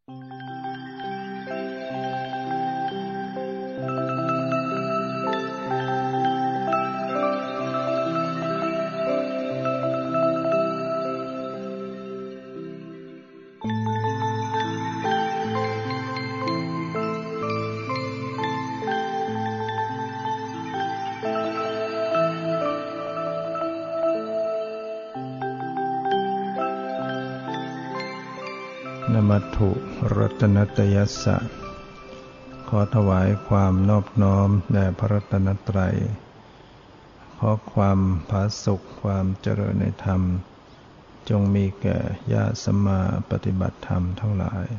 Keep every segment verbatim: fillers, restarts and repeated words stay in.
นมัตถุรัตนัตยัสสะขอถวายความนอบน้อมแด่พระรัตนตรัยขอความผาสุกความเจริญในธรรมจงมีแก่ญาติสัมมาปฏิบัติธรรมทั้งหลาย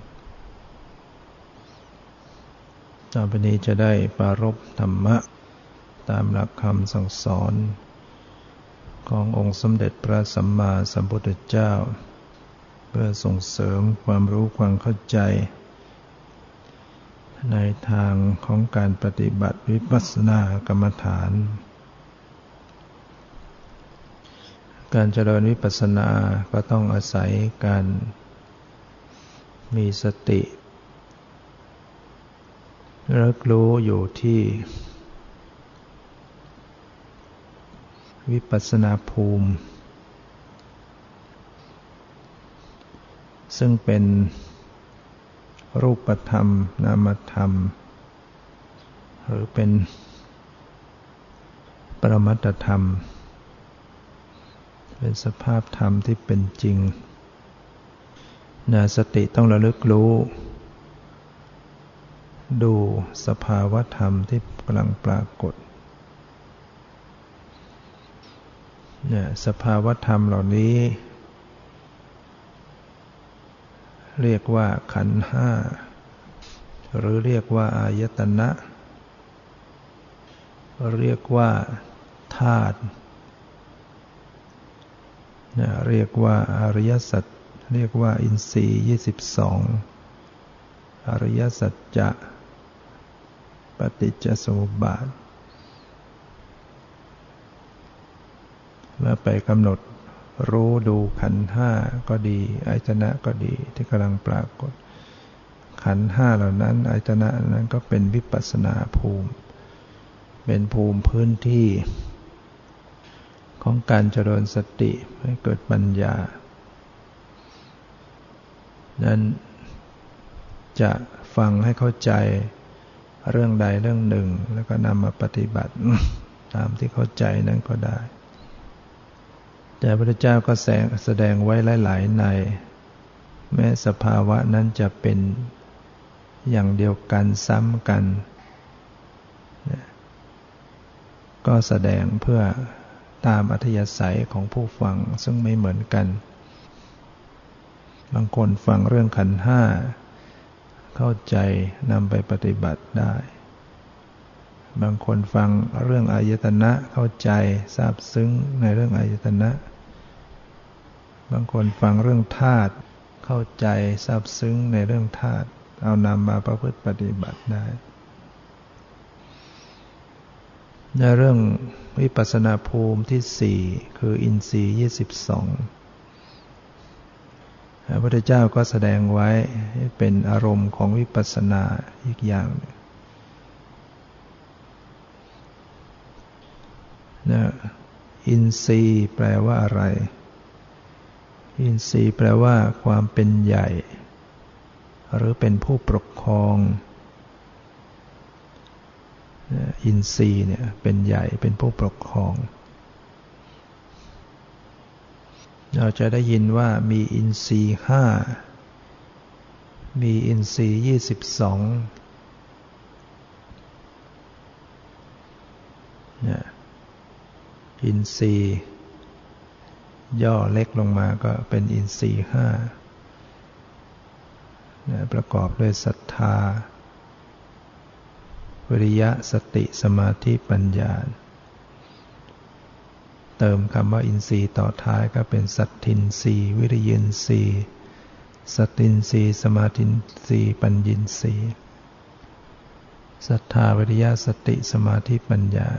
ต่อไปนี้จะได้ปรารภธรรมะตามหลักคำสั่งสอนขององค์สมเด็จพระสัมมาสัมพุทธเจ้าเพื่อส่งเสริมความรู้ความเข้าใจในทางของการปฏิบัติวิปัสสนากรรมฐานการเจริญวิปัสสนาก็ต้องอาศัยการมีสติระลึกรู้อยู่ที่วิปัสสนาภูมิซึ่งเป็นรูปธรรมนามธรรมหรือเป็นปรมัตถธรรมเป็นสภาพธรรมที่เป็นจริงนาสติต้องระลึกรู้ดูสภาวะธรรมที่กำลังปรากฏเนี่ยสภาวะธรรมเหล่านี้เรียกว่าขันธ์ห้าหรือเรียกว่าอายตนะเรียกว่าธาตุเรียกว่าอริยสัจเรียกว่าอินทรีย์ยี่สิบสองอริยสัจจะปฏิจจสมุปบาทเมื่อไปกำหนดรู้ดูขันธ์ห้าก็ดีอายตนะก็ดีที่กำลังปรากฏขันธ์ห้าเหล่านั้นอายตนะนั้นก็เป็นวิปัสสนาภูมิเป็นภูมิพื้นที่ของการเจริญสติให้เกิดปัญญานั้นจะฟังให้เข้าใจเรื่องใดเรื่องหนึ่งแล้วก็นำมาปฏิบัติตามที่เข้าใจนั้นก็ได้แต่พระพุทธเจ้าก็แสดงไว้หลายๆในแม้สภาวะนั้นจะเป็นอย่างเดียวกันซ้ำกันก็แสดงเพื่อตามอัธยาศัยของผู้ฟังซึ่งไม่เหมือนกันบางคนฟังเรื่องขันธ์ห้าเข้าใจนำไปปฏิบัติได้บางคนฟังเรื่องอายตนะเข้าใจซาบซึ้งในเรื่องอายตนะบางคนฟังเรื่องธาตุเข้าใจซาบซึ้งในเรื่องธาตุเอานำมาประพฤติปฏิบัติได้ในเรื่องวิปัสสนาภูมิที่สี่คืออินทรีย์ยี่สิบสองพระพุทธเจ้าก็แสดงไว้เป็นอารมณ์ของวิปัสสนาอีกอย่างนะอินทรีย์แปลว่าอะไรอินทรีย์แปลว่าความเป็นใหญ่หรือเป็นผู้ปกครองอินทรีย์เนี่ยเป็นใหญ่เป็นผู้ปกครองเราจะได้ยินว่ามีอินทรีย์ห้ามีอินทรีย์ยี่สิบสองเนี่ยอินทรีย์ย่อเล็กลงมาก็เป็นอินทรีย์ห้าประกอบด้วยศรัทธาวิริยะสติสมาธิปัญญาเติมคำว่าอินทรีย์ต่อท้ายก็เป็นสัตทินทรีย์วิริยินทรีย์สตินทรีย์สมาธินทรีย์ปัญญินทรีย์ศรัทธาวิริยะสติสมาธิปัญญา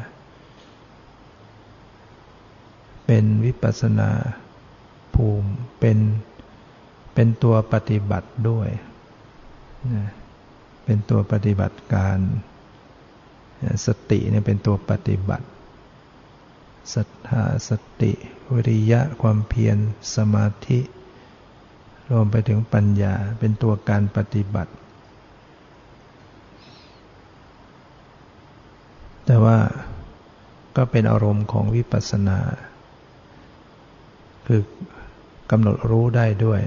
เป็นวิปัสสนาภูมิเป็นเป็นตัวปฏิบัติด้วยเป็นตัวปฏิบัติการสติเนี่ยเป็นตัวปฏิบัติศรัทธาสติวิริยะความเพียรสมาธิรวมไปถึงปัญญาเป็นตัวการปฏิบัติแต่ว่าก็เป็นอารมณ์ของวิปัสสนาคือกำหนดรู้ได้ด้วย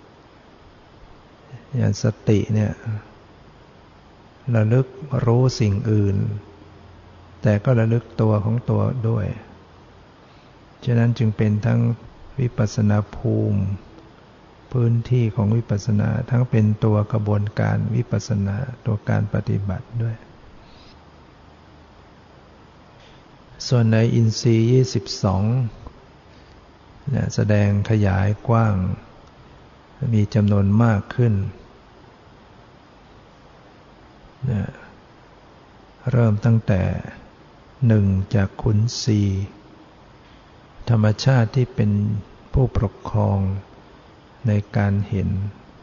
อย่างสติเนี่ยระลึกรู้สิ่งอื่นแต่ก็ระลึกตัวของตัวด้วยฉะนั้นจึงเป็นทั้งวิปัสสนาภูมิพื้นที่ของวิปัสสนาทั้งเป็นตัวกระบวนการวิปัสสนาตัวการปฏิบัติด้วยส่วนในอินทรีย์ยี่สิบสองเนี่ยแสดงขยายกว้างมีจำนวนมากขึ้นเนี่ยเริ่มตั้งแต่หนึ่งจากขุนศีธรรมชาติที่เป็นผู้ปกครองในการเห็น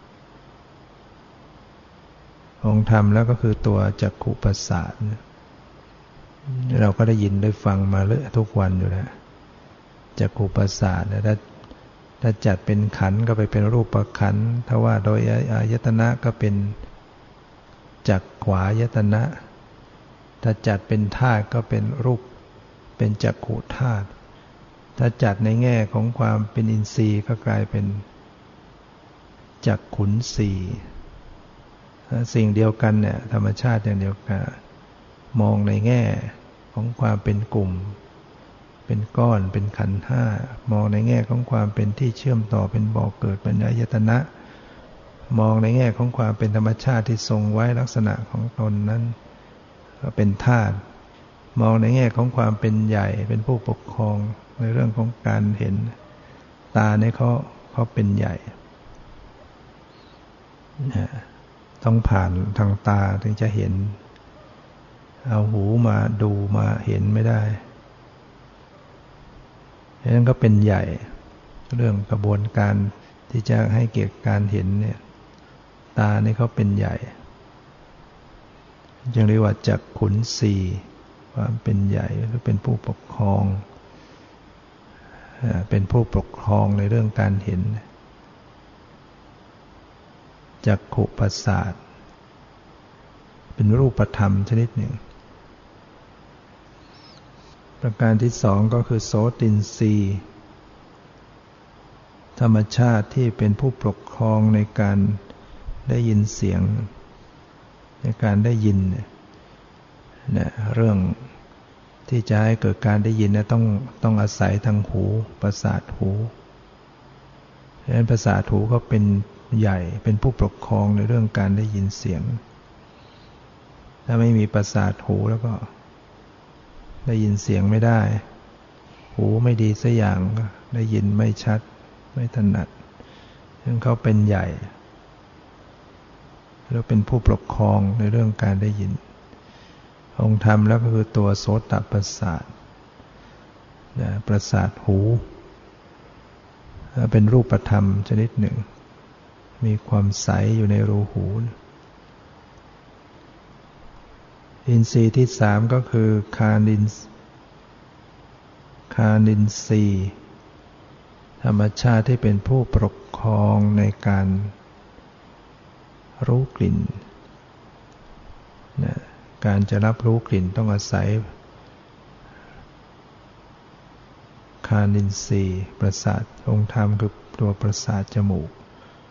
องค์ธรรมแล้วก็คือตัวจักขุประสาทเราก็ได้ยินได้ฟังมาเรื่อยทุกวันอยู่แล้วจักขุประสาทถ้าถ้าจัดเป็นขันธ์ก็ไปเป็นรูปขันธ์ถ้าว่าโดยอายตนะก็เป็นจักขวายตนะถ้าจัดเป็นธาตุก็เป็นรูปเป็นจักขุธาตุถ้าจัดในแง่ของความเป็นอินทรีย์ก็กลายเป็นจักขุนสีสิ่งเดียวกันเนี่ยธรรมชาติอย่างเดียวกันมองในแง่ของความเป็นกลุ่มเป็นก้อนเป็นขันธ์ห้ามองในแง่ของความเป็นที่เชื่อมต่อเป็นบ่อเกิดเป็นอายตนะมองในแง่ของความเป็นธรรมชาติที่ทรงไว้ลักษณะของตนนั้นก็เป็นธาตุมองในแง่ของความเป็นใหญ่เป็นผู้ปกครองในเรื่องของการเห็นตาเนี่ยเขาเขาเป็นใหญ่ต้องผ่านทางตาถึงจะเห็นเอาหูมาดูมาเห็นไม่ได้ฉะนั้นก็เป็นใหญ่เรื่องกระบวนการที่จะให้เกิดการเห็นเนี่ยตาเนี่ยเขาเป็นใหญ่จึงเรียกว่าจักขุนสีความเป็นใหญ่หรือเป็นผู้ปกครองเป็นผู้ปกครองในเรื่องการเห็นจักขุประสาทเป็นรูปธรรมชนิดหนึ่งประการที่สองก็คือโสตินทรีย์ธรรมชาติที่เป็นผู้ปกครองในการได้ยินเสียงในการได้ยินเนี่ยเรื่องที่จะให้เกิดการได้ยินเนี่ยต้องต้องอาศัยทางหูประสาทหูฉะนั้นประสาทหูก็เป็นใหญ่เป็นผู้ปกครองในเรื่องการได้ยินเสียงถ้าไม่มีประสาทหูแล้วก็ได้ยินเสียงไม่ได้หูไม่ดีสักอย่างก็ได้ยินไม่ชัดไม่ถนัดซึ่งเขาเป็นใหญ่แล้วเป็นผู้ปกครองในเรื่องการได้ยินองค์ธรรมแล้วก็คือตัวโสตประสาทประสาทหูเป็นรูปธรรมชนิดหนึ่งมีความใสอยู่ในรูหูอินทรีย์ที่สามก็คือคานินคานินทรีย์ธรรมชาติที่เป็นผู้ปกครองในการรู้กลิ่นนะการจะรับรู้กลิ่นต้องอาศัยคานินทรีย์ประสาทองค์ธรรมคือตัวประสาทจมูก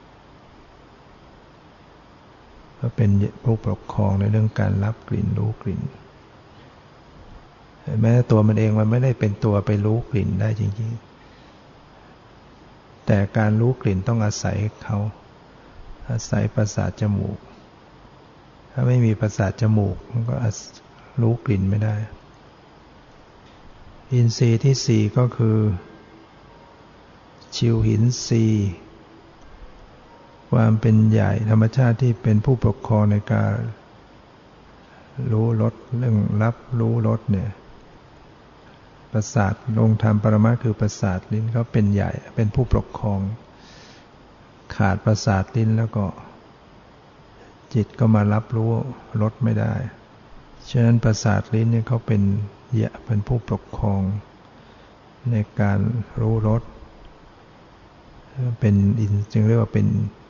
ก็เป็นผู้ปกครองในเรื่องการรับกลิ่นรู้กลิ่นแม้ตัวมันเองมันไม่ได้เป็นตัวไปรู้กลิ่นได้จริงๆแต่การรู้กลิ่นต้องอาศัยเขาอาศัยประสาทจมูกถ้าไม่มีประสาทจมูกมันก็รู้กลิ่นไม่ได้อินทรีย์ที่สี่ก็คือชิวหินทรีย์ความเป็นใหญ่ธรรมชาติที่เป็นผู้ปกครองในการรู้รสเรื่องรับรู้รสเนี่ยประสาทองค์ธรรมปรมัตถ์คือประสาทลิ้นเขาเป็นใหญ่เป็นผู้ปกครองขาดประสาทลิ้นแล้วก็จิตก็มารับรู้รสไม่ได้ฉะนั้นประสาทลิ้นเนี่ยเขาเป็นยะเป็นผู้ปกครองในการรู้รสเป็นอินจึงเรียกว่าเป็น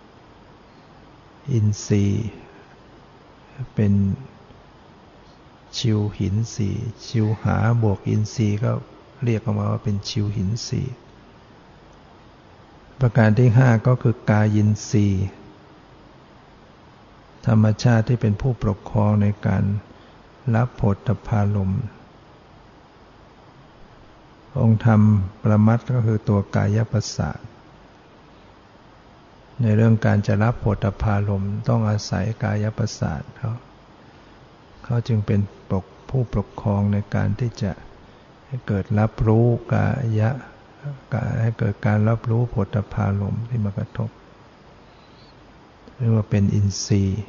อินทรีย์เป็นชิวหินสีชิวหาบวกอินทรีย์ก็เรียกออกมาว่าเป็นชิวหินสีประการที่ห้าก็คือกายินทรีย์ธรรมชาติที่เป็นผู้ปกครองในการรับโผฏฐัพพารมณ์องค์ธรรมปรมัตถ์ก็คือตัวกายประสาทในเรื่องการจะรับโผฏฐัพพารมณ์ต้องอาศัยกายประสาทเขาเขาจึงเป็นปกผู้ปกครองในการที่จะให้เกิดรับรู้กายะให้เกิดการรับรู้โผฏฐัพพารมณ์ที่มากระทบเรียกว่าเป็นอินทรีย์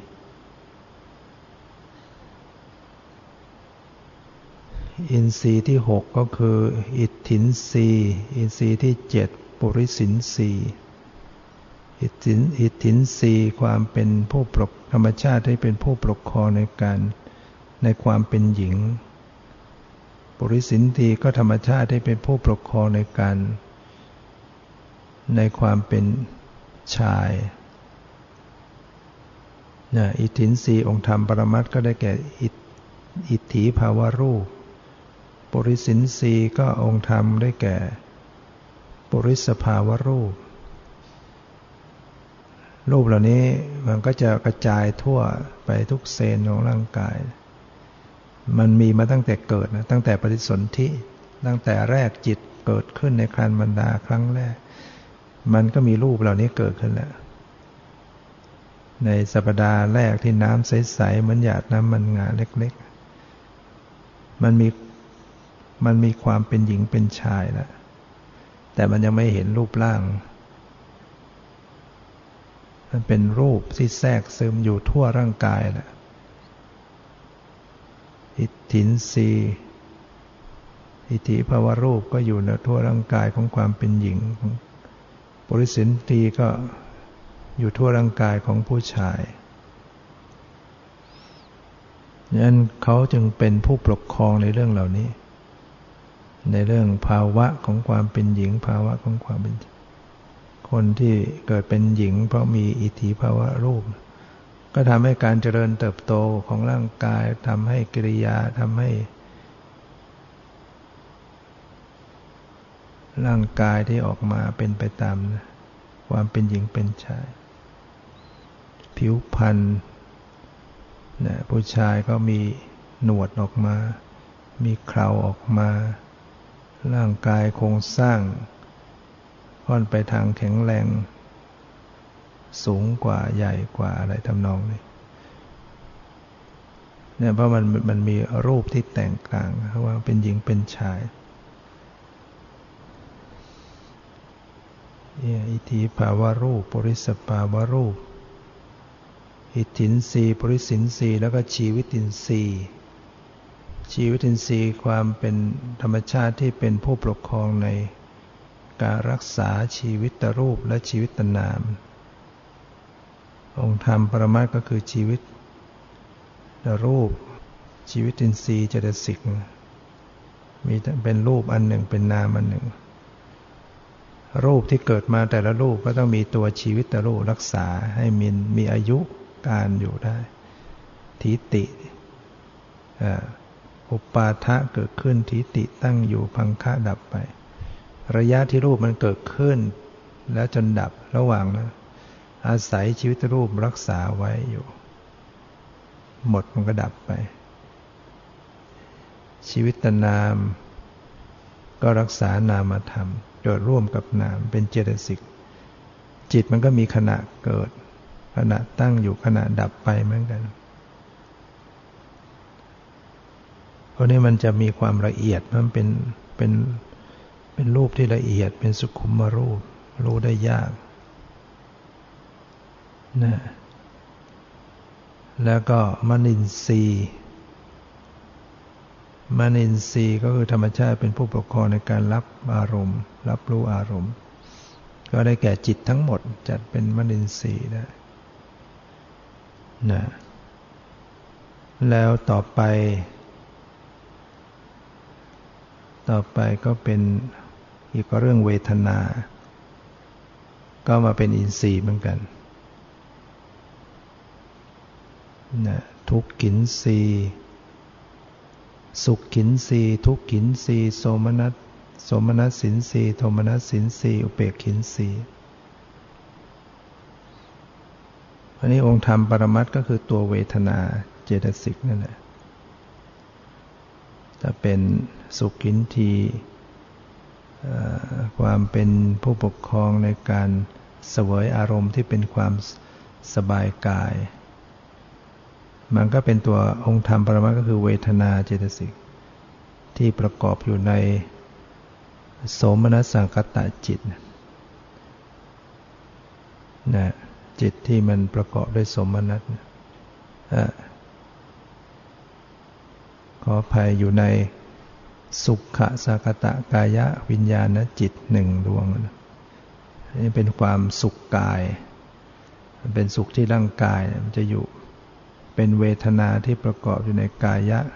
อินทรีย์ที่หกก็คืออิทธินทรีย์อินทรีย์ที่เจ็ดปุริสินทรีย์อิทธินอิทธินทรีย์ความเป็นผู้ปกธรรมชาติที่เป็นผู้ปกครองในการในความเป็นหญิงปุริสินทรีย์ก็ธรรมชาติที่เป็นผู้ปกครองในการในความเป็นชายนะอิทธินทรีย์องค์ธรรมปรมัตถ์ก็ได้แก่อิทธิภาวรูปปุริสินทรีย์ก็องค์ธรรมได้แก่ปุริสภาวรูปรูปเหล่านี้มันก็จะกระจายทั่วไปทุกเซลล์ของร่างกายมันมีมาตั้งแต่เกิดนะตั้งแต่ปฏิสนธิตั้งแต่แรกจิตเกิดขึ้นในครรภ์มารดาครั้งแรกมันก็มีรูปเหล่านี้เกิดขึ้นแล้วในสัปดาห์แรกที่น้ำใสๆเหมือนหยาดน้ำมันงาเล็กๆมันมีมันมีความเป็นหญิงเป็นชายแล้วแต่มันยังไม่เห็นรูปร่างมันเป็นรูปที่แทรกซึมอยู่ทั่วร่างกายแหละอิทธินทรีย์อิทธิภาวรูปก็อยู่ในทั่วร่างกายของความเป็นหญิงปุริสินทรีย์ก็อยู่ทั่วร่างกายของผู้ชายดังนั้นเขาจึงเป็นผู้ปกครองในเรื่องเหล่านี้ในเรื่องภาวะของความเป็นหญิงภาวะของความเป็นคนที่เกิดเป็นหญิงเพราะมีอิทธิภาวะรูปก็ทำให้การเจริญเติบโตของร่างกายทำให้กิริยาทำให้ร่างกายที่ออกมาเป็นไปตามความเป็นหญิงเป็นชายผิวพรรณนะผู้ชายก็มีหนวดออกมามีเคราออกมาร่างกายโครงสร้างค่อนไปทางแข็งแรงสูงกว่าใหญ่กว่าอะไรทำนองนี้เนี่ยเพราะมันมันมีรูปที่แตกต่างว่าเป็นหญิงเป็นชายอิทธิภาวรูปปุริสภาวรูปอิทธินทรีย์ปุริสินทรีย์แล้วก็ชีวิตินทรีย์ชีวิตินทรีย์ความเป็นธรรมชาติที่เป็นผู้ปกครองในการรักษาชีวิตรูปและชีวิตนามองค์ธรรมปรมัตถ์ก็คือชีวิตรูปชีวิตินทรีย์เจตสิกมีเป็นรูปอันหนึ่งเป็นนามอันหนึ่งรูปที่เกิดมาแต่ละรูปก็ต้องมีตัวชีวิตรูปรักษาให้มีมีอายุการอยู่ได้ทิฏฐิอุปาทะเกิดขึ้นทิฏฐิตั้งอยู่พังคะดับไประยะที่รูปมันเกิดขึ้นแล้วจนดับระหว่างนะอาศัยชีวิตรูปรักษาไว้อยู่หมดมันก็ดับไปชีวิตนามก็รักษานามธรรมเกิดร่วมกับนามเป็นเจตสิกจิตมันก็มีขณะเกิดขณะตั้งอยู่ขณะดับไปเหมือนกันเพราะนี้มันจะมีความละเอียดมันเป็นเป็นเป็นรูปที่ละเอียดเป็นสุขุมรูปรู้ได้ยากนะแล้วก็มนินทรีย์มนินทรีย์ก็คือธรรมชาติเป็นผู้ปกครองในการรับอารมณ์รับรู้อารมณ์ก็ได้แก่จิตทั้งหมดจัดเป็นมนินทรีย์ได้นะแล้วต่อไปต่อไปก็เป็นอีกเรื่องเวทนาก็มาเป็นอินทรีย์เหมือนกันนะทุกขินทรีย์สุขขินทรีย์ทุกขินทรีย์โสมนัสโสมนัสสินทรีย์โทมนัสสินทรีย์อุเบกขินทรีย์อันนี้องค์ธรรมปรมัตถ์ก็คือตัวเวทนาเจตสิกนั่นแหละถ้าเป็นสุขขินธีความเป็นผู้ปกครองในการเสวยอารมณ์ที่เป็นความสบายกายมันก็เป็นตัวองค์ธรรมปรมัตถ์ก็คือเวทนาเจตสิกที่ประกอบอยู่ในโสมนัสสังคตจิตนะจิตที่มันประกอบด้วยโสมนัสขออภัยอยู่ในสุขสังคตกายะวิญญาณจิตหนึ่งดวงนี่เป็นความสุขกายมันเป็นสุขที่ร่างกายมันจะอยู่เป็นเวทนาที่ประกอบอยู่ในกายะ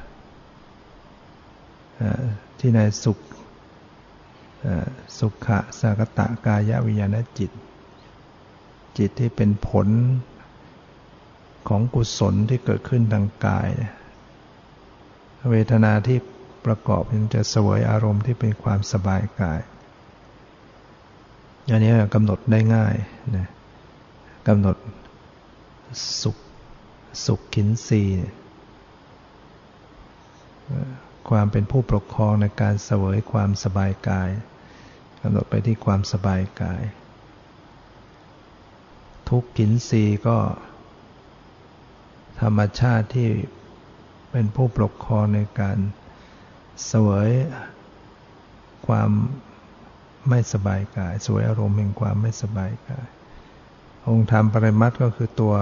ที่ในสุขสุขสังคตกายะวิญญาณจิตจิตที่เป็นผลของกุศลที่เกิดขึ้นทางกายเวทนาที่ประกอบมันจะเสวยอารมณ์ที่เป็นความสบายกายอันนี้กำหนดได้ง่ายนะกำหนดสุขสุขขินทรีย์ความเป็นผู้ปกครองในการเสวยความสบายกายกำหนดไปที่ความสบายกายทุกขินทรีย์ก็ธรรมชาติที่เป็นผู้ปกครองในการเสวยความไม่สบายกายเสวยอารมณ์แห่งความไม่สบายกายองค์ธรรมปรมัตถ์ก็คือตัว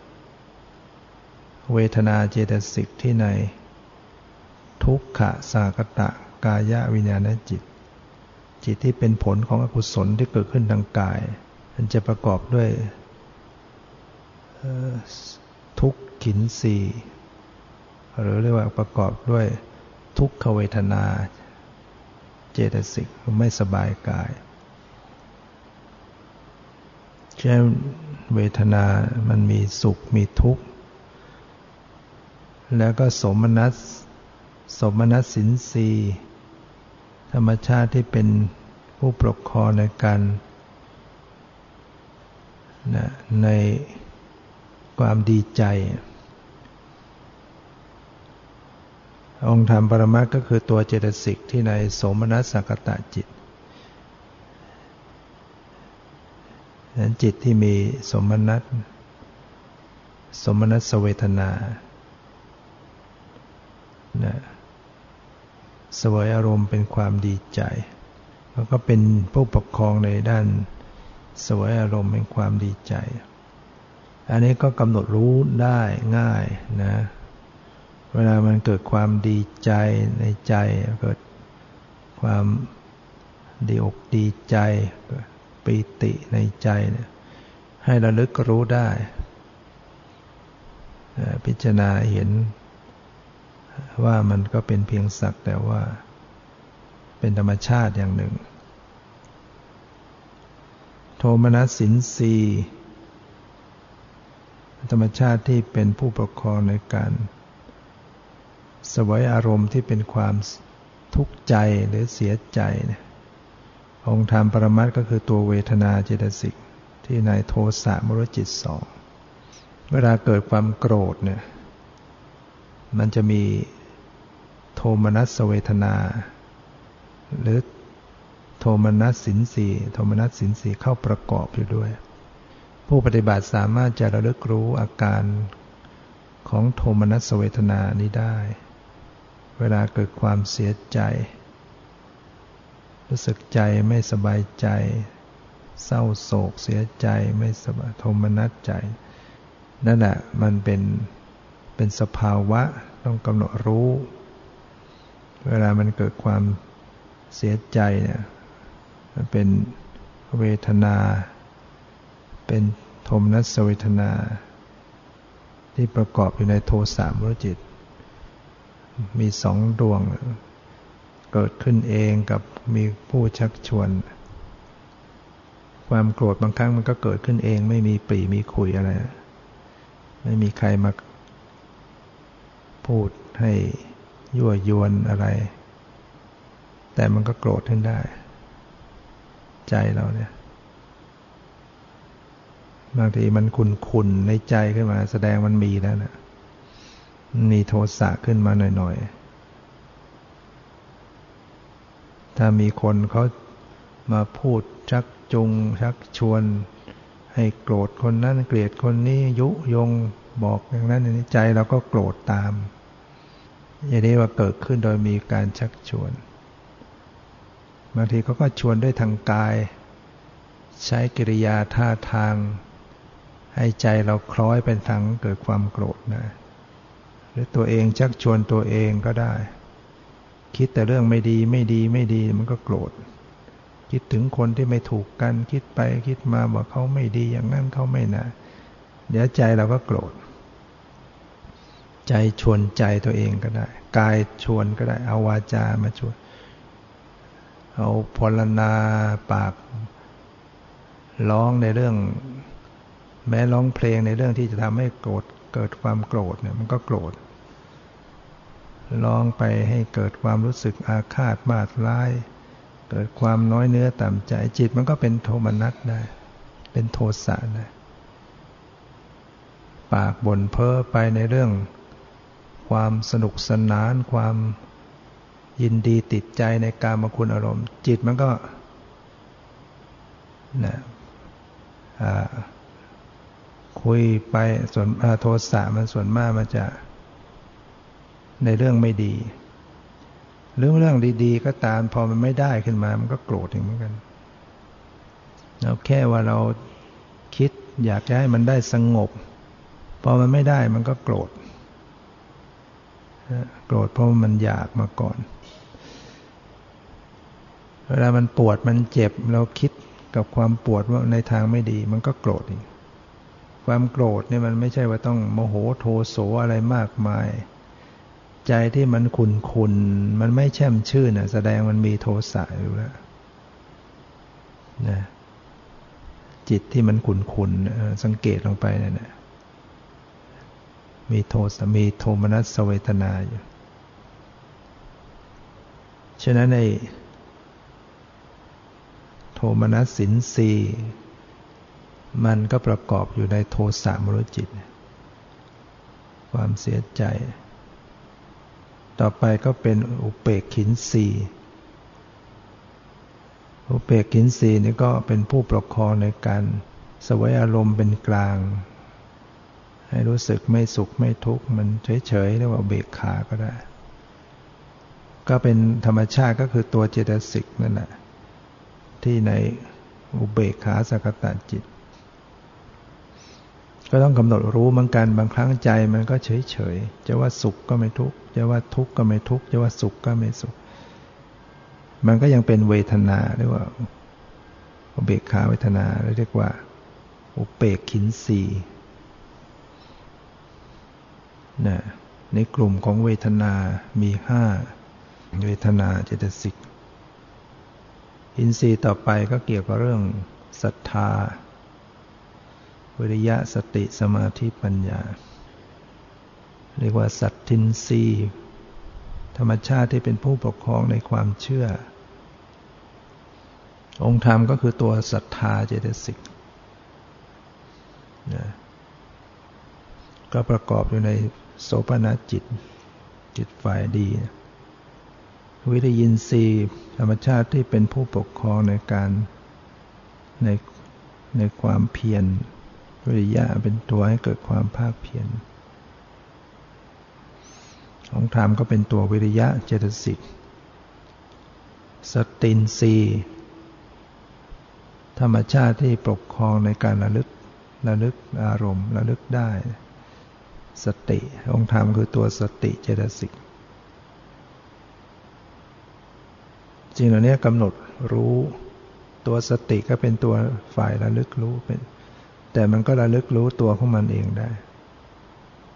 เวทนาเจตสิกที่ในทุกขสังคตกายะวิญญาณจิตจิตที่เป็นผลของอกุศลที่เกิดขึ้นทางกายมันจะประกอบด้วยทุกขินทรีย์หรือเรียกว่าประกอบด้วยทุกขเวทนาเจตสิกไม่สบายกายเช่นเวทนามันมีสุขมีทุกข์แล้วก็โสมนัสโสมนัสสินทรีย์ธรรมชาติที่เป็นผู้ปกครองในการนะในความดีใจองค์ธรรมปรมัตถ์ก็คือตัวเจตสิกที่ในโสมนัสสังคตจิตนั้นจิตที่มีโสมนัสโสมนัสเวทนานะเสวยอารมณ์เป็นความดีใจแล้วก็เป็นผู้ปกครองในด้านเสวยอารมณ์เป็นความดีใจอันนี้ก็กำหนดรู้ได้ง่ายนะเวลามันเกิดความดีใจในใจเกิดความดีอกดีใจปีติในใจเนี่ยให้ระลึกรู้ได้พิจารณาเห็นว่ามันก็เป็นเพียงสักแต่ว่าเป็นธรรมชาติอย่างหนึ่งโทมนัสสินทรีย์ธรรมชาติที่เป็นผู้ปกครองในการเสวยอารมณ์ที่เป็นความทุกข์ใจหรือเสียใจองค์ธรรมปรมัตถ์ก็คือตัวเวทนาเจตสิกที่ในโทสะมุรจิตสองเวลาเกิดความโกรธเนี่ยมันจะมีโทมนัสเวทนาหรือโทมนัสสินทรีย์โทมนัสสินทรีย์เข้าประกอบอยู่ด้วยผู้ปฏิบัติสามารถจะระลึกรู้อาการของโทมนัสเวทนานี้ได้เวลาเกิดความเสียใจรู้สึกใจไม่สบายใจเศร้าโศกเสียใจไม่สบายโทมนัสใจนั่นแหละมันเป็นเป็นสภาวะต้องกำหนดรู้เวลามันเกิดความเสียใจเนี่ยมันเป็นเวทนาเป็นโทมนัสเวทนาที่ประกอบอยู่ในโทสะมรจิตมีสองดวงเกิดขึ้นเองกับมีผู้ชักชวนความโกรธบางครั้งมันก็เกิดขึ้นเองไม่มีปรีมีคุยอะไรไม่มีใครมาพูดให้ยั่วยวนอะไรแต่มันก็โกรธขึ้นได้ใจเราเนี่ยบางทีมันขุ่นๆในใจขึ้นมาแสดงมันมีแล้วนะมีโทสะขึ้นมาหน่อยๆถ้ามีคนเขามาพูดชักจูงชักชวนให้โกรธคนนั้นเกลียดคนนี้ยุยงบอกอย่างนั้นอย่างนี้ใจเราก็โกรธตามอย่างนี้ว่าเกิดขึ้นโดยมีการชักชวนบางทีเขาก็ชวนด้วยทางกายใช้กิริยาท่าทางให้ใจเราคล้อยเป็นทางเกิดความโกรธนะหรือตัวเองชักชวนตัวเองก็ได้คิดแต่เรื่องไม่ดีไม่ดีไม่ดีมันก็โกรธคิดถึงคนที่ไม่ถูกกันคิดไปคิดมาบอกเขาไม่ดีอย่างนั้นเขาไม่น่าเดี๋ยวใจเราก็โกรธใจชวนใจตัวเองก็ได้กายชวนก็ได้เอาวาจามาชวนเอาพรรณนาปากร้องในเรื่องแม้ร้องเพลงในเรื่องที่จะทำให้โกรธเกิดความโกรธเนี่ยมันก็โกรธร้องไปให้เกิดความรู้สึกอาฆาตมาดร้ายเกิดความน้อยเนื้อต่ำใจจิตมันก็เป็นโทมนัสได้เป็นโทสะได้ปากบ่นเพ้อไปในเรื่องความสนุกสนานความยินดีติดใจในกามคุณอารมณ์จิตมันก็นะคุยไปส่วนโทสะมันส่วนมากมันจะในเรื่องไม่ดีเรื่องเรื่องดีๆก็ตามพอมันไม่ได้ขึ้นมามันก็โกรธเหมือนกันเราแค่ว่าเราคิดอยากจะให้มันได้สงบพอมันไม่ได้มันก็โกรธโกรธเพราะมันอยากมาก่อนเวลามันปวดมันเจ็บเราคิดกับความปวดว่าในทางไม่ดีมันก็โกรธอีกความโกรธเนี่ยมันไม่ใช่ว่าต้องโมโหโทโสอะไรมากมายใจที่มันขุ่นๆมันไม่แช่มชื่นน่ะแสดงมันมีโทสะอยู่แล้วนะจิตที่มันขุ่นๆสังเกตลงไปนั่นน่ะมีโทสะมีโทมนัสเวทนาอยู่ฉะนั้นในโทมนัสสินทรีย์มันก็ประกอบอยู่ในโทสะมรจิตความเสียใจต่อไปก็เป็นอุเปกขินสีอุเปกขินสีนี่ก็เป็นผู้ปกครองในการเสวยอารมณ์เป็นกลางให้รู้สึกไม่สุขไม่ทุกข์มันเฉยๆเรียกว่าอุเบกขาก็ได้ก็เป็นธรรมชาติก็คือตัวเจตสิกนั่นแหละที่ในอุเบกขาสักตะจิตก็ต้องกำหนดรู้เหมือนกันบางครั้งใจมันก็เฉยๆจะว่าสุขก็ไม่ทุกข์จะว่าทุกข์ก็ไม่ทุกข์จะว่าสุขก็ไม่สุขมันก็ยังเป็นเวทนาเรียกว่าอุเบกขาเวทนาเรียกว่าอุเปกขินสีนะในกลุ่มของเวทนามีห้าเวทนาเจตสิกอินทรีย์ต่อไปก็เกี่ยวกับเรื่องศรัทธาวิริยะสติสมาธิปัญญาเรียกว่าสัตทินทรีย์ธรรมชาติที่เป็นผู้ปกครองในความเชื่อองค์ธรรมก็คือตัวศรัทธาเจตสิกนะก็ประกอบอยู่ในโสภณจิตจิตฝ่ายดีวิริยินทรีย์ธรรมชาติที่เป็นผู้ปกครองในการในในความเพียรวิริยะเป็นตัวให้เกิดความภาคเพียรของธรรมก็เป็นตัววิริยะเจตสิกสตินทรีย์ธรรมชาติที่ปกครองในการระลึกระลึกอารมณ์ระลึกได้สติองค์ธรรมคือตัวสติเจตสิกจริงเหล่านี้กำหนดรู้ตัวสติก็เป็นตัวฝ่ายระลึกรู้เป็นแต่มันก็ระลึกรู้ตัวของมันเองได้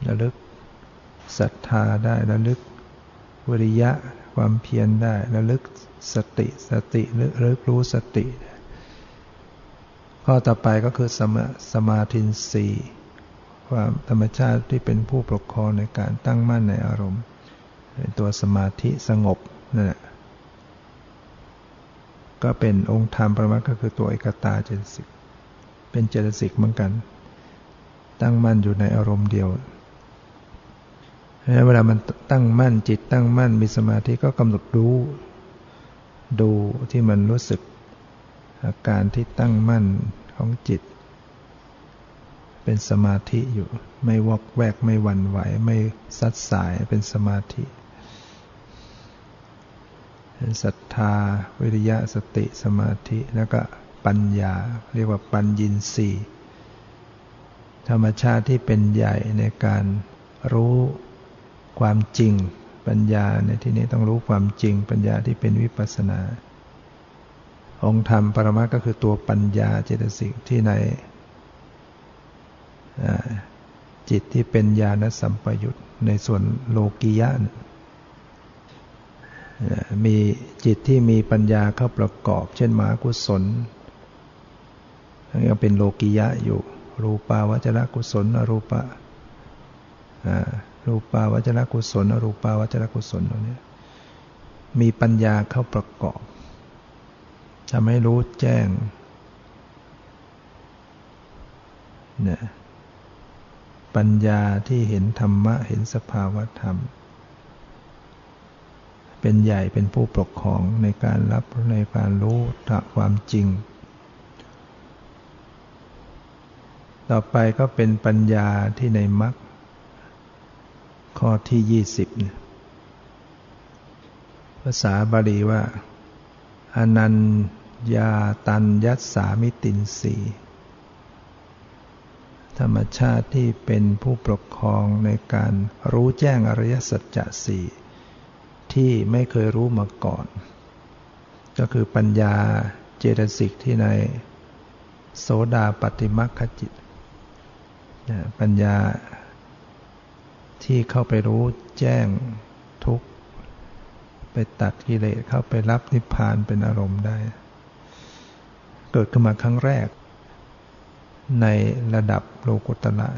ระลึกศรัทธาได้ระลึกวิริยะความเพียรได้ระลึกสติสติระลึกรู้สติข้อต่อไปก็คือสมาสมาธิสี่ความธรรมชาติที่เป็นผู้ปกครองในการตั้งมั่นในอารมณ์เป็นตัวสมาธิสงบนั่นแหละก็เป็นองค์ธรรมปรมัตถ์ก็คือตัวเอกตาเจตสิกเป็นเจตสิกเหมือนกันตั้งมั่นอยู่ในอารมณ์เดียวเวลามันตั้งมั่นจิตตั้งมั่นมีสมาธิก็กำหนดรู้ดูที่มันรู้สึกอาการที่ตั้งมั่นของจิตเป็นสมาธิอยู่ไม่วอกแวกไม่หวั่นไหวไม่ซัดสายเป็นสมาธิเป็นศรัทธาวิริยะสติสมาธิแล้วก็ปัญญาเรียกว่าปัญญินทรีย์ธรรมชาติที่เป็นใหญ่ในการรู้ความจริงปัญญาในที่นี้ต้องรู้ความจริงปัญญาที่เป็นวิปัสสนาองค์ธรรมปรมัตถ์ก็คือตัวปัญญาเจตสิกที่ในจิตที่เป็นญาณสัมปยุตในส่วนโลกิยะมีจิตที่มีปัญญาเข้าประกอบเช่นมหากุศลยังเป็นโลกิยะอยู่รูปาวจรกุศลอรูปะรูปาวจรกุศลอรูปาวจรกุศลตรงนี้มีปัญญาเข้าประกอบทำให้รู้แจ้งเนี่ยปัญญาที่เห็นธรรมะเห็นสภาวะธรรมเป็นใหญ่เป็นผู้ปกครองในการรับในการรู้ความจริงต่อไปก็เป็นปัญญาที่ในมรรคข้อที่ยี่สิบภาษาบาลีว่าอนัญญาตัญญัสสามิตินสีธรรมชาติที่เป็นผู้ปกครองในการรู้แจ้งอริยสัจจะสี่ที่ไม่เคยรู้มาก่อนก็คือปัญญาเจตสิกที่ในโสดาปัตติมรรคจิตปัญญาที่เข้าไปรู้แจ้งทุกข์ไปตัดกิเลสเข้าไปรับนิพพานเป็นอารมณ์ได้เกิดขึ้นมาครั้งแรกในระดับโลกุตระ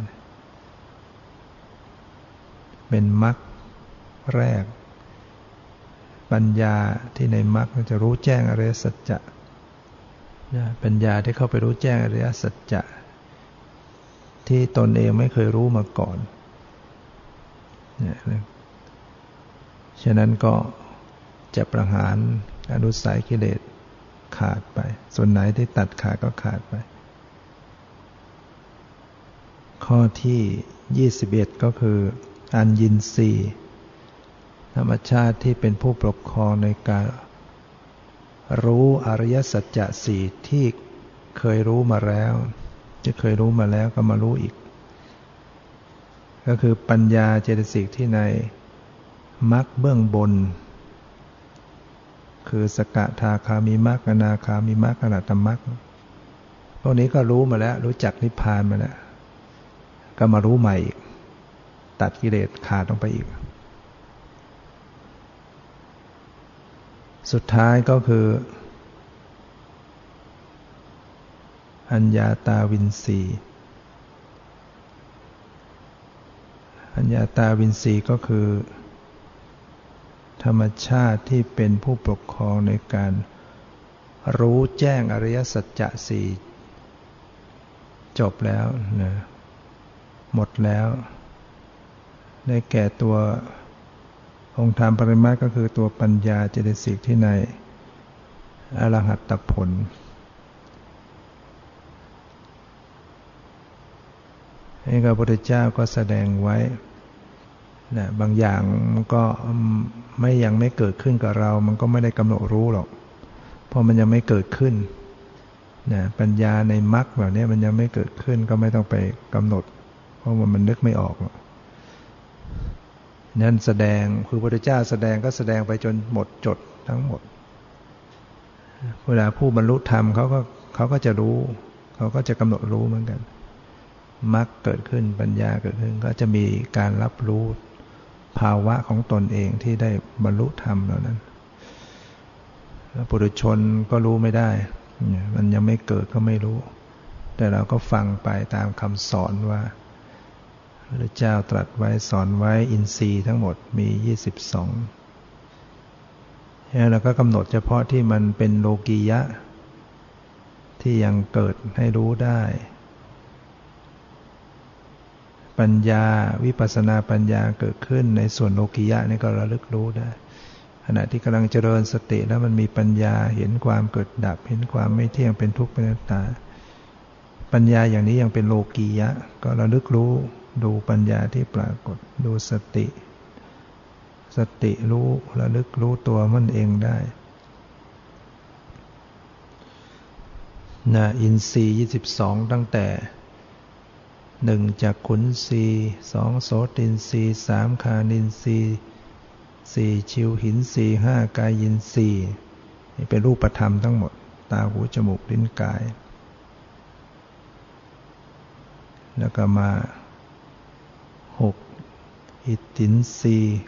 เป็นมรรคแรกปัญญาที่ในมรรคจะรู้แจ้งอริยสัจจะปัญญาที่เข้าไปรู้แจ้งอริยสัจจะที่ตนเองไม่เคยรู้มาก่อนฉะนั้นก็จะประหารอนุสัยกิเลสขาดไปส่วนไหนที่ตัดขาดก็ขาดไปข้อที่ยี่สิบเอ็ดก็คืออัญญินทรีย์ธรรมชาติที่เป็นผู้ปกครองในการรู้อริยสัจจะสี่ที่เคยรู้มาแล้วที่เคยรู้มาแล้วก็มารู้อีกก็คือปัญญาเจตสิกที่ในมรรคเบื้องบนคือสกทาคามิมรรคอนาคามิมรรคอรหัตตมรรคพวกนี้ก็รู้มาแล้วรู้จักนิพพานมาแล้วก็มารู้ใหม่อีกตัดกิเลสขาดลงไปอีกสุดท้ายก็คืออัญญาตาวินสีอัญญาตาวินสีก็คือธรรมชาติที่เป็นผู้ปกครองในการรู้แจ้งอริยสัจจะสี่จบแล้วนะหมดแล้วได้แก่ตัวองค์ธรรมปริมาณก็คือตัวปัญญาเจตสิกที่ในอรหัตตผลนี่พระพุทธเจ้าก็แสดงไว้นะบางอย่างมันก็ไม่ยังไม่เกิดขึ้นกับเรามันก็ไม่ได้กำหนดรู้หรอกเพราะมันยังไม่เกิดขึ้นนะปัญญาในมรรคแบบนี้มันยังไม่เกิดขึ้นก็ไม่ต้องไปกำหนดเพราะว่ามันนึกไม่ออกนั่นแสดงคือพระพุทธเจ้าแสดงก็แสดงไปจนหมดจดทั้งหมดเวลาผู้บรรลุธรรมเขาก็เขาก็จะรู้เขาก็จะกำหนดรู้เหมือนกันมรรคเกิดขึ้นปัญญาเกิดขึ้นก็จะมีการรับรู้ภาวะของตนเองที่ได้บรรลุธรรมเหล่านั้นแล้วปุถุชนก็รู้ไม่ได้มันยังไม่เกิดก็ไม่รู้แต่เราก็ฟังไปตามคำสอนว่าพระเจ้าตรัสไว้สอนไว้อินทรีย์ทั้งหมดมียี่สิบสองแล้วเราก็กำหนดเฉพาะที่มันเป็นโลกียะที่ยังเกิดให้รู้ได้ปัญญาวิปัสสนาปัญญาเกิดขึ้นในส่วนโลกียะนี่ก็ระลึกรู้ได้ขณะที่กำลังเจริญสติแล้วมันมีปัญญาเห็นความเกิดดับเห็นความไม่เที่ยงเป็นทุกข์เป็นอนัตตาปัญญาอย่างนี้ยังเป็นโลกียะก็ระลึกรู้ดูปัญญาที่ปรากฏดูสติสติรู้ระลึกรู้ตัวมันเองได้นะอินทรีย์ยี่สิบสองตั้งแต่หนึ่งจักขุนทรีย์สองโสตินทรีย์สามคานินทรีย์สี่ชิวหินทรีย์ห้ากายินทรีย์นี่เป็นรูปธรรมทั้งหมดตาหูจมูกลิ้นกายแล้วก็มาหกอิทธินทรีย์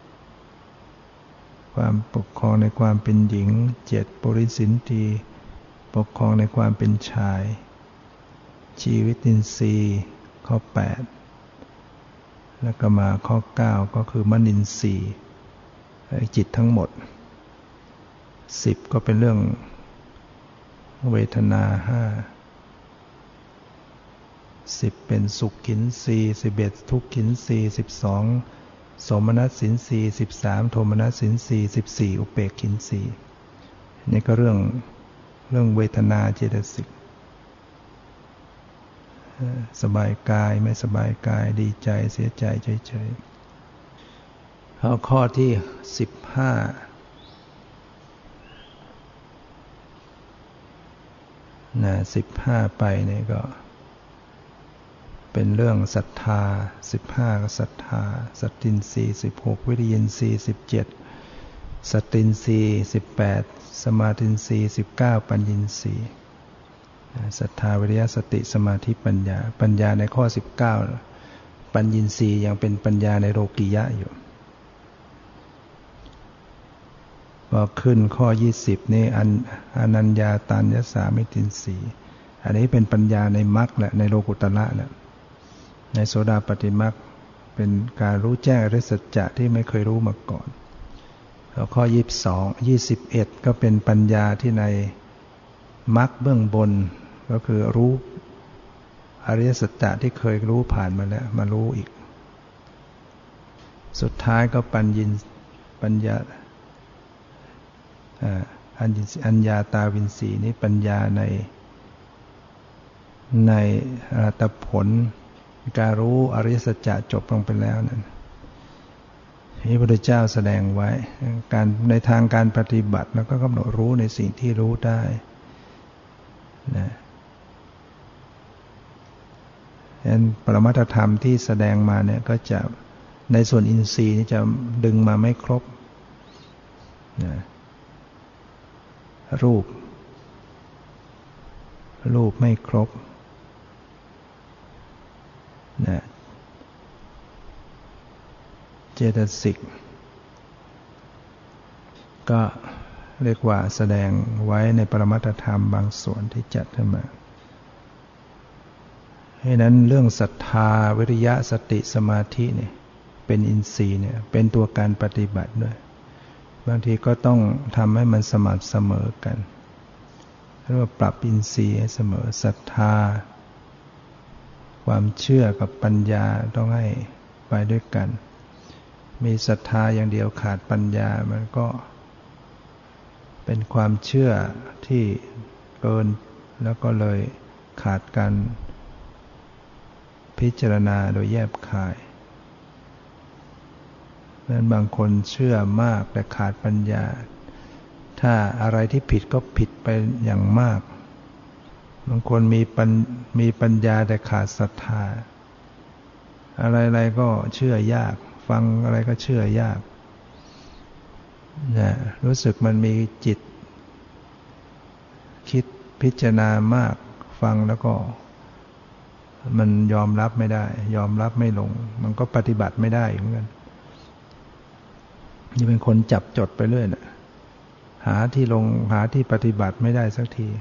ความปกครองในความเป็นหญิงเจ็ดปริสินทรีย์ปกครองในความเป็นชายชีวิตินทรีย์ข้อแปดแล้วก็มาข้อเก้าก็คือมนินทรีย์จิตทั้งหมดสิบก็เป็นเรื่องเวทนาห้าสิบเป็นสุขขินทรีย์สิบเอ็ดทุกขินทรีย์สิบสองโสมนัสสินทรีย์สิบสามโทมนัสสินทรีย์สิบสี่อุเบกขินทรีย์นี่ก็เรื่องเรื่องเวทนาเจตสิกสบายกายไม่สบายกายดีใจเสียใจเฉยๆเอาข้อที่สิบห้านะสิบห้าไปนี่ก็เป็นเรื่องศรัทธาสิบห้าก็ศรัทธาสัตตินทรีย์สิบหกวิริยินทรีย์สิบเจ็ดสตินทรีย์สิบแปดสมาธินทรีย์สิบเก้าปัญญินทรีย์ศรัทธาวิริยะสติสมาธิปัญญาปัญญาในข้อสิบเก้าปัญญินทรีย์ยังเป็นปัญญาในโลกียะอยู่พอขึ้นข้อยี่สิบนี่อันอนัญญาตัญญสามิตินทรีย์อันนี้เป็นปัญญาในมรรคและในโลกุตระและในโสดาปัตติมรรคเป็นการรู้แจ้งอริยสัจจะที่ไม่เคยรู้มาก่อนแล้วข้อยี่สิบสอง ยี่สิบเอ็ดก็เป็นปัญญาที่ในมรรคเบื้องบนก็คือรู้อริยสัจจะที่เคยรู้ผ่านมาแล้วมารู้อีกสุดท้ายก็ปัญญินปัญญาอัญอัญญาตาวินสีนี้ปัญญาในในอรหัตผลการรู้อริยสัจจะจบลงไปแล้วนั้นที่พระพุทธเจ้าแสดงไว้การในทางการปฏิบัติแล้วก็กำหนดรู้ในสิ่งที่รู้ได้นะฉะนั้นปรมัตถธรรมที่แสดงมาเนี่ยก็จะในส่วนอินทรีย์นี่จะดึงมาไม่ครบนะรูปรูปไม่ครบนะเจตสิกก็เรียกว่าแสดงไว้ในปรมัตถธรรมบางส่วนที่จัดขึ้นมาให้นั้นเรื่องศรัทธาวิริยะสติสมาธิเนี่ยเป็นอินทรีย์เนี่ยเป็นตัวการปฏิบัติด้วยบางทีก็ต้องทำให้มันสม่ำเสมอกันเรียกว่าปรับอินทรีย์ให้เสมอศรัทธาความเชื่อกับปัญญาต้องให้ไปด้วยกันมีศรัทธาอย่างเดียวขาดปัญญามันก็เป็นความเชื่อที่เกินแล้วก็เลยขาดการพิจารณาโดยแยบคายนั้นบางคนเชื่อมากแต่ขาดปัญญาถ้าอะไรที่ผิดก็ผิดไปอย่างมากบางคนมีปัญมีปัญญาแต่ขาดศรัทธาอะไรๆก็เชื่อยากฟังอะไรก็เชื่อยากนะรู้สึกมันมีจิตคิดพิจารณามากฟังแล้วก็มันยอมรับไม่ได้ยอมรับไม่ลงมันก็ปฏิบัติไม่ได้เหมือนกันนี่เป็นคนจับจดไปเรื่อยนะหาที่ลงหาที่ปฏิบัติไม่ได้สักที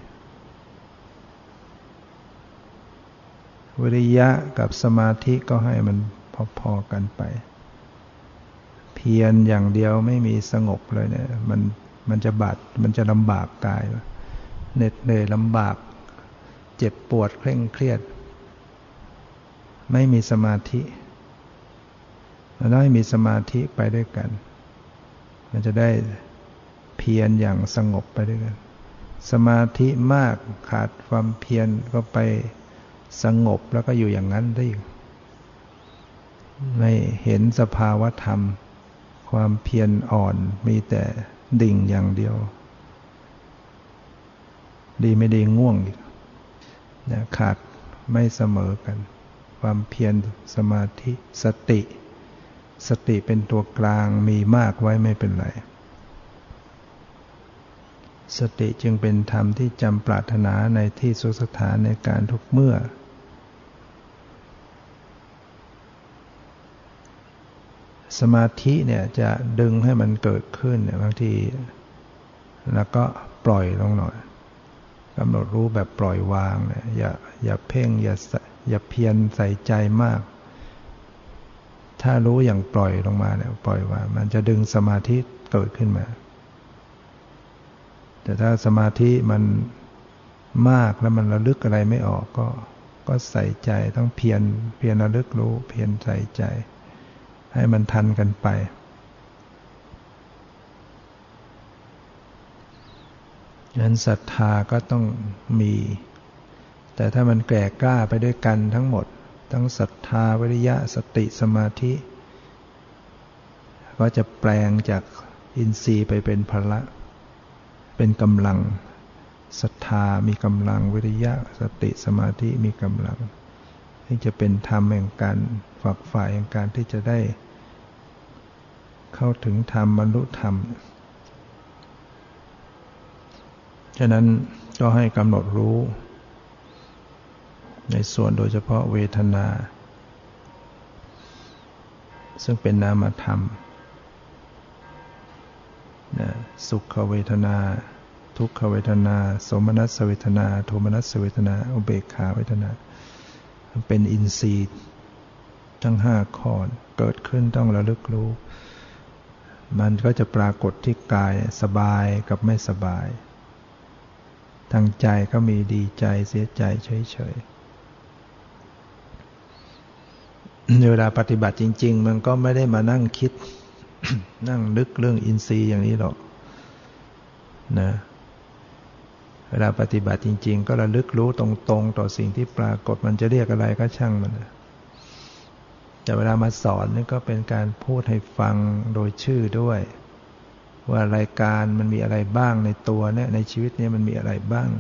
วิริยะกับสมาธิก็ให้มันพอๆกันไปเพียรอย่างเดียวไม่มีสงบเลยเนี่ยมันมันจะบาดมันจะลำบากกายเหน็ดเหนื่อยลำบากเจ็บปวดเคร่งเครียดไม่มีสมาธิเราต้องให้มีสมาธิไปด้วยกันมันจะได้เพียรอย่างสงบไปด้วยกันสมาธิมากขาดความเพียรก็ไปสงบแล้วก็อยู่อย่างนั้นได้ไม่เห็นสภาวะธรรมความเพียรอ่อนมีแต่ดิ่งอย่างเดียวดีไม่ดีง่วงอีกนะขาดไม่เสมอกันความเพียรสมาธิสติสติเป็นตัวกลางมีมากไว้ไม่เป็นไรสติจึงเป็นธรรมที่จำปรารถนาในที่สุขสถานในการทุกเมื่อสมาธิเนี่ยจะดึงให้มันเกิดขึ้นเนี่ยบางทีแล้วก็ปล่อยลงหน่อยกำหนดรู้แบบปล่อยวางเนี่ยอย่าอย่าเพ่งอย่าอย่าเพียรใส่ใจมากถ้ารู้อย่างปล่อยลงมาเนี่ยปล่อยวางมันจะดึงสมาธิเกิดขึ้นมาแต่ถ้าสมาธิมันมากแล้วมันระลึกอะไรไม่ออกก็ก็ใส่ใจต้องเพียรเพียรระลึกรู้เพียรใส่ใจให้มันทันกันไปฉะนั้นศรัทธาก็ต้องมีแต่ถ้ามันแก่กล้าไปด้วยกันทั้งหมดทั้งศรัทธาวิริยะสติสมาธิก็จะแปลงจากอินทรีย์ไปเป็นพละเป็นกำลังศรัทธามีกำลังวิริยะสติสมาธิมีกำลังที่จะเป็นธรรมแห่งการฝักใฝ่แห่งการที่จะได้เข้าถึงธรรมบรรลุธรรมฉะนั้นก็ให้กำหนดรู้ในส่วนโดยเฉพาะเวทนาซึ่งเป็นนามธรรมนะสุขเวทนาทุกขเวทนาโสมนัสเวทนาโทมนัสเวทนาอุเบกขาเวทนาเป็นอินทรีย์ทั้งห้าข้อเกิดขึ้นต้องระลึกรู้มันก็จะปรากฏที่กายสบายกับไม่สบายทางใจก็มีดีใจเสียใจเฉยๆเวลาปฏิบัติจริงๆมันก็ไม่ได้มานั่งคิด นั่งนึกเรื่องอินทรีย์อย่างนี้หรอกนะเวลาปฏิบัติจริงๆก็ระลึกรู้ตรงๆต่อสิ่งที่ปรากฏมันจะเรียกอะไรก็ช่างมันแต่เวลามาสอนนี่ก็เป็นการพูดให้ฟังโดยชื่อด้วยว่ารายการมันมีอะไรบ้างในตัวเนี่ยในชีวิตนี้มันมีอะไรบ้าง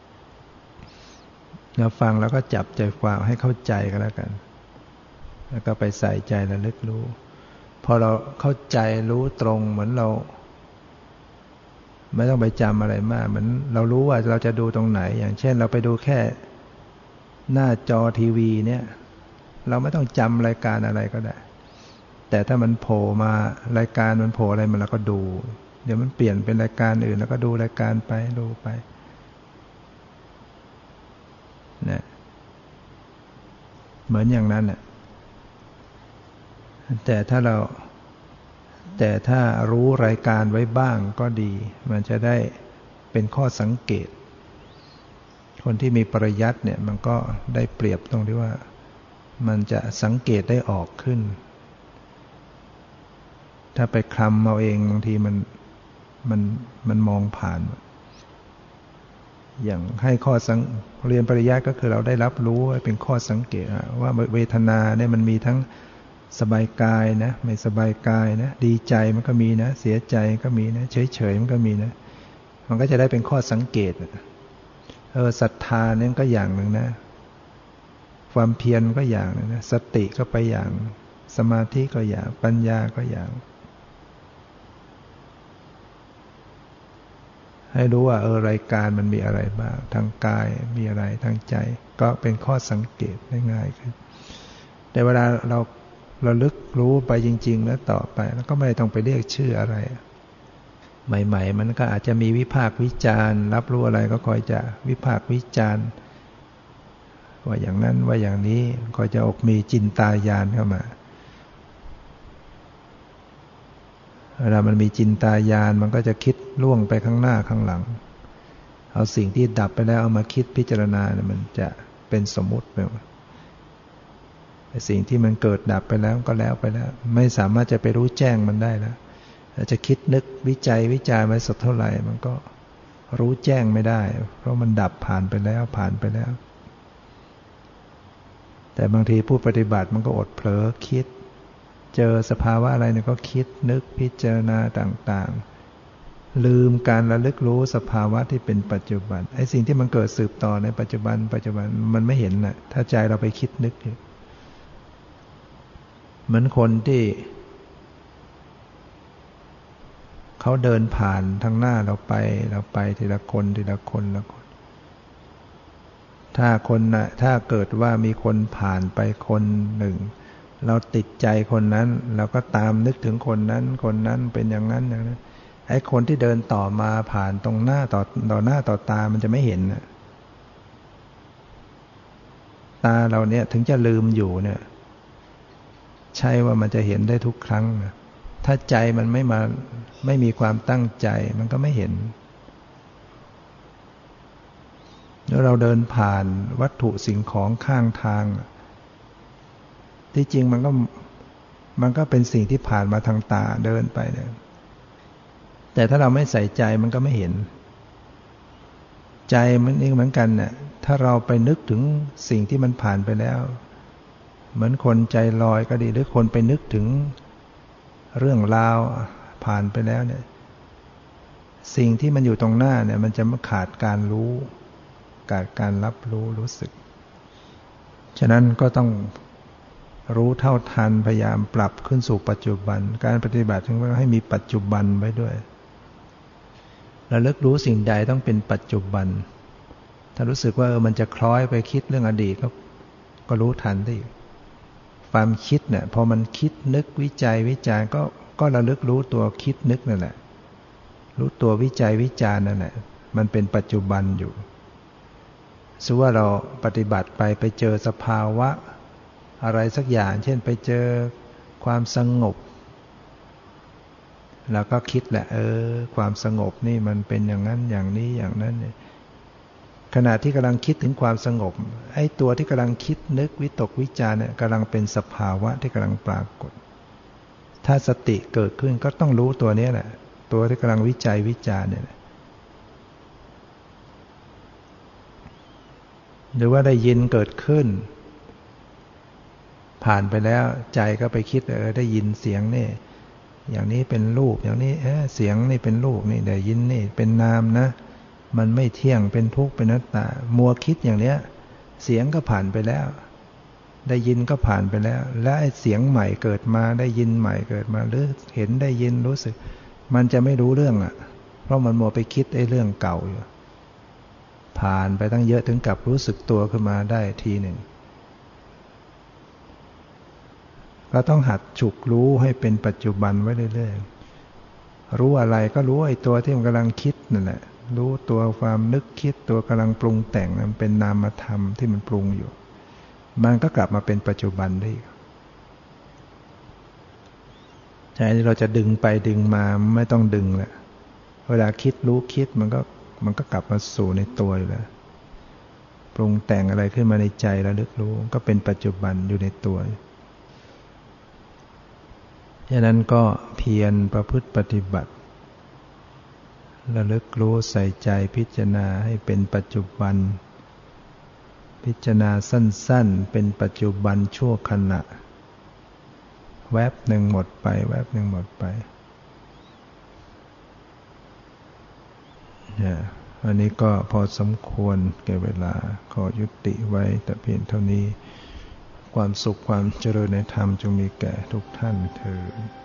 เราฟังแล้วก็จับใจความให้เข้าใจก็แล้วกันแล้วก็ไปใส่ใจระลึกรู้พอเราเข้าใจรู้ตรงเหมือนเราไม่ต้องไปจำอะไรมากเหมือนเรารู้ว่าเราจะดูตรงไหนอย่างเช่นเราไปดูแค่หน้าจอทีวีเนี่ยเราไม่ต้องจำรายการอะไรก็ได้แต่ถ้ามันโผล่มารายการมันโผล่อะไรมันเราก็ดูเดี๋ยวมันเปลี่ยนเป็นรายการอื่นแล้วก็ดูรายการไปดูไปเนี่ยเหมือนอย่างนั้นน่ะแต่ถ้าเราแต่ถ้ารู้รายการไว้บ้างก็ดีมันจะได้เป็นข้อสังเกตคนที่มีปริยัติเนี่ยมันก็ได้เปรียบตรงที่ว่ามันจะสังเกตได้ออกขึ้นถ้าไปคลำเอาเองบางทีมันมันมันมองผ่านอย่างให้ข้อสังเรียนปริยัติก็คือเราได้รับรู้เป็นข้อสังเกตว่าเวทนาเนี่ยมันมีทั้งสบายกายนะไม่สบายกายนะดีใจมันก็มีนะเสียใจก็มีนะเฉยๆมันก็มีนะมันก็จะได้เป็นข้อสังเกตเออศรัทธาเนี่ยก็อย่างหนึ่งนะความเพียรก็อย่างนึงนะสติก็ไปอย่างสมาธิก็อย่างปัญญาก็อย่างให้รู้ว่าเออรายการมันมีอะไรบ้างทางกายมีอะไรทางใจก็เป็นข้อสังเกตได้ง่ายขึ้นแต่เวลาเราระลึกรู้ไปจริงๆแล้วต่อไปแล้วก็ไม่ต้องไปเรียกชื่ออะไรใหม่ๆมันก็อาจจะมีวิพากษ์วิจารณ์รับรู้อะไรก็คอยจะวิพากษ์วิจารณ์ว่าอย่างนั้นว่าอย่างนี้ก็จะออกมีจินตายานเข้ามาเวลามันมีจินตายานมันก็จะคิดล่วงไปข้างหน้าข้างหลังเอาสิ่งที่ดับไปแล้วเอามาคิดพิจารณาเนี่ยมันจะเป็นสมมุติไปสิ่งที่มันเกิดดับไปแล้วก็แล้วไปแล้วไม่สามารถจะไปรู้แจ้งมันได้แล้วจะคิดนึกวิจัยวิจารณ์ไปสักเท่าไหร่มันก็รู้แจ้งไม่ได้เพราะมันดับผ่านไปแล้วผ่านไปแล้วแต่บางทีผู้ปฏิบัติมันก็อดเผลอคิดเจอสภาวะอะไรเนี่ยก็คิดนึกพิจารณาต่างๆลืมการระลึกรู้สภาวะที่เป็นปัจจุบันไอ้สิ่งที่มันเกิดสืบต่อในปัจจุบันปัจจุบันมันไม่เห็นน่ะถ้าใจเราไปคิดนึกเหมือนคนที่เขาเดินผ่านทางหน้าเราไปเราไปทีละคนทีละคนละคนถ้าคนนะถ้าเกิดว่ามีคนผ่านไปคนหนึ่งเราติดใจคนนั้นเราก็ตามนึกถึงคนนั้นคนนั้นเป็นอย่างนั้นอย่างนั้นไอ้คนที่เดินต่อมาผ่านตรงหน้าต่อต่อหน้าต่อตามันจะไม่เห็นนะตาเราเนี่ยถึงจะลืมอยู่เนี่ยใช่ว่ามันจะเห็นได้ทุกครั้งนะถ้าใจมันไม่มาไม่มีความตั้งใจมันก็ไม่เห็นแล้วเราเดินผ่านวัตถุสิ่งของข้างทางที่จริงมันก็มันก็เป็นสิ่งที่ผ่านมาทางตาเดินไปเนี่ยแต่ถ้าเราไม่ใส่ใจมันก็ไม่เห็นใจมันเองเหมือนกันเนี่ยถ้าเราไปนึกถึงสิ่งที่มันผ่านไปแล้วเหมือนคนใจลอยก็ดีหรือคนไปนึกถึงเรื่องราวผ่านไปแล้วเนี่ยสิ่งที่มันอยู่ตรงหน้าเนี่ยมันจะขาดการรู้ขาดการรับรู้รู้สึกฉะนั้นก็ต้องรู้เท่าทันพยายามปรับขึ้นสู่ปัจจุบันการปฏิบัติถึงว่าให้มีปัจจุบันไว้ด้วยระลึกรู้สิ่งใดต้องเป็นปัจจุบันถ้ารู้สึกว่าเออมันจะคล้อยไปคิดเรื่องอดีตก็ก็รู้ทันได้ความคิดเนี่ยพอมันคิดนึกวิจัยวิจารณ์ก็ก็ระลึกรู้ตัวคิดนึกนั่นแหละรู้ตัววิจัยวิจารณ์นั่นแหละมันเป็นปัจจุบันอยู่สมมุติว่าเราปฏิบัติไปไปเจอสภาวะอะไรสักอย่างเช่นไปเจอความสงบเราก็คิดแหละเออความสงบนี่มันเป็นอย่างนั้นอย่างนี้อย่างนั้นเนี่ยขณะที่กำลังคิดถึงความสงบไอ้ตัวที่กำลังคิดนึกวิตกวิจารเนี่ยกำลังเป็นสภาวะที่กำลังปรากฏถ้าสติเกิดขึ้นก็ต้องรู้ตัวนี้แหละตัวที่กำลังวิจัยวิจารเนี่ยหรือว่าได้ยินเกิดขึ้นผ่านไปแล้วใจก็ไปคิดเออได้ยินเสียงนี่อย่างนี้เป็นรูปอย่างนี้เออเสียงนี่เป็นรูปนี่ได้ยินนี่เป็นนามนะมันไม่เที่ยงเป็นทุกข์เป็นอนัตตามัวคิดอย่างเนี้ยเสียงก็ผ่านไปแล้วได้ยินก็ผ่านไปแล้วและไอ้เสียงใหม่เกิดมาได้ยินใหม่เกิดมาหรือเห็นได้ยินรู้สึกมันจะไม่รู้เรื่องอ่ะเพราะมันมัวไปคิดไอ้เรื่องเก่าอยู่ผ่านไปตั้งเยอะถึงกับรู้สึกตัวขึ้นมาได้ทีหนึ่งก็ต้องหัดฉุกรู้ให้เป็นปัจจุบันไว้เรื่อยๆรู้อะไรก็รู้ไอ้ตัวที่มันกำลังคิดนั่นแหละรู้ตัวความนึกคิดตัวกำลังปรุงแต่งมันเป็นนามธรรมที่มันปรุงอยู่มันก็กลับมาเป็นปัจจุบันได้ใจที่เราจะดึงไปดึงมาไม่ต้องดึงแหละเวลาคิดรู้คิดมันก็มันก็กลับมาสู่ในตัวอยู่แล้วปรุงแต่งอะไรขึ้นมาในใจระลึกรู้ก็เป็นปัจจุบันอยู่ในตัวฉะนั้นก็เพียรประพฤติปฏิบัติระลึกรู้ใส่ใจพิจารณาให้เป็นปัจจุบันพิจารณาสั้นๆเป็นปัจจุบันชั่วขณะแวบหนึ่งหมดไปแวบหนึ่งหมดไปเนี่ยอันนี้ก็พอสมควรแก่เวลาขอยุติไว้แต่เพียงเท่านี้ความสุขความเจริญในธรรมจงมีแก่ทุกท่านเทอญ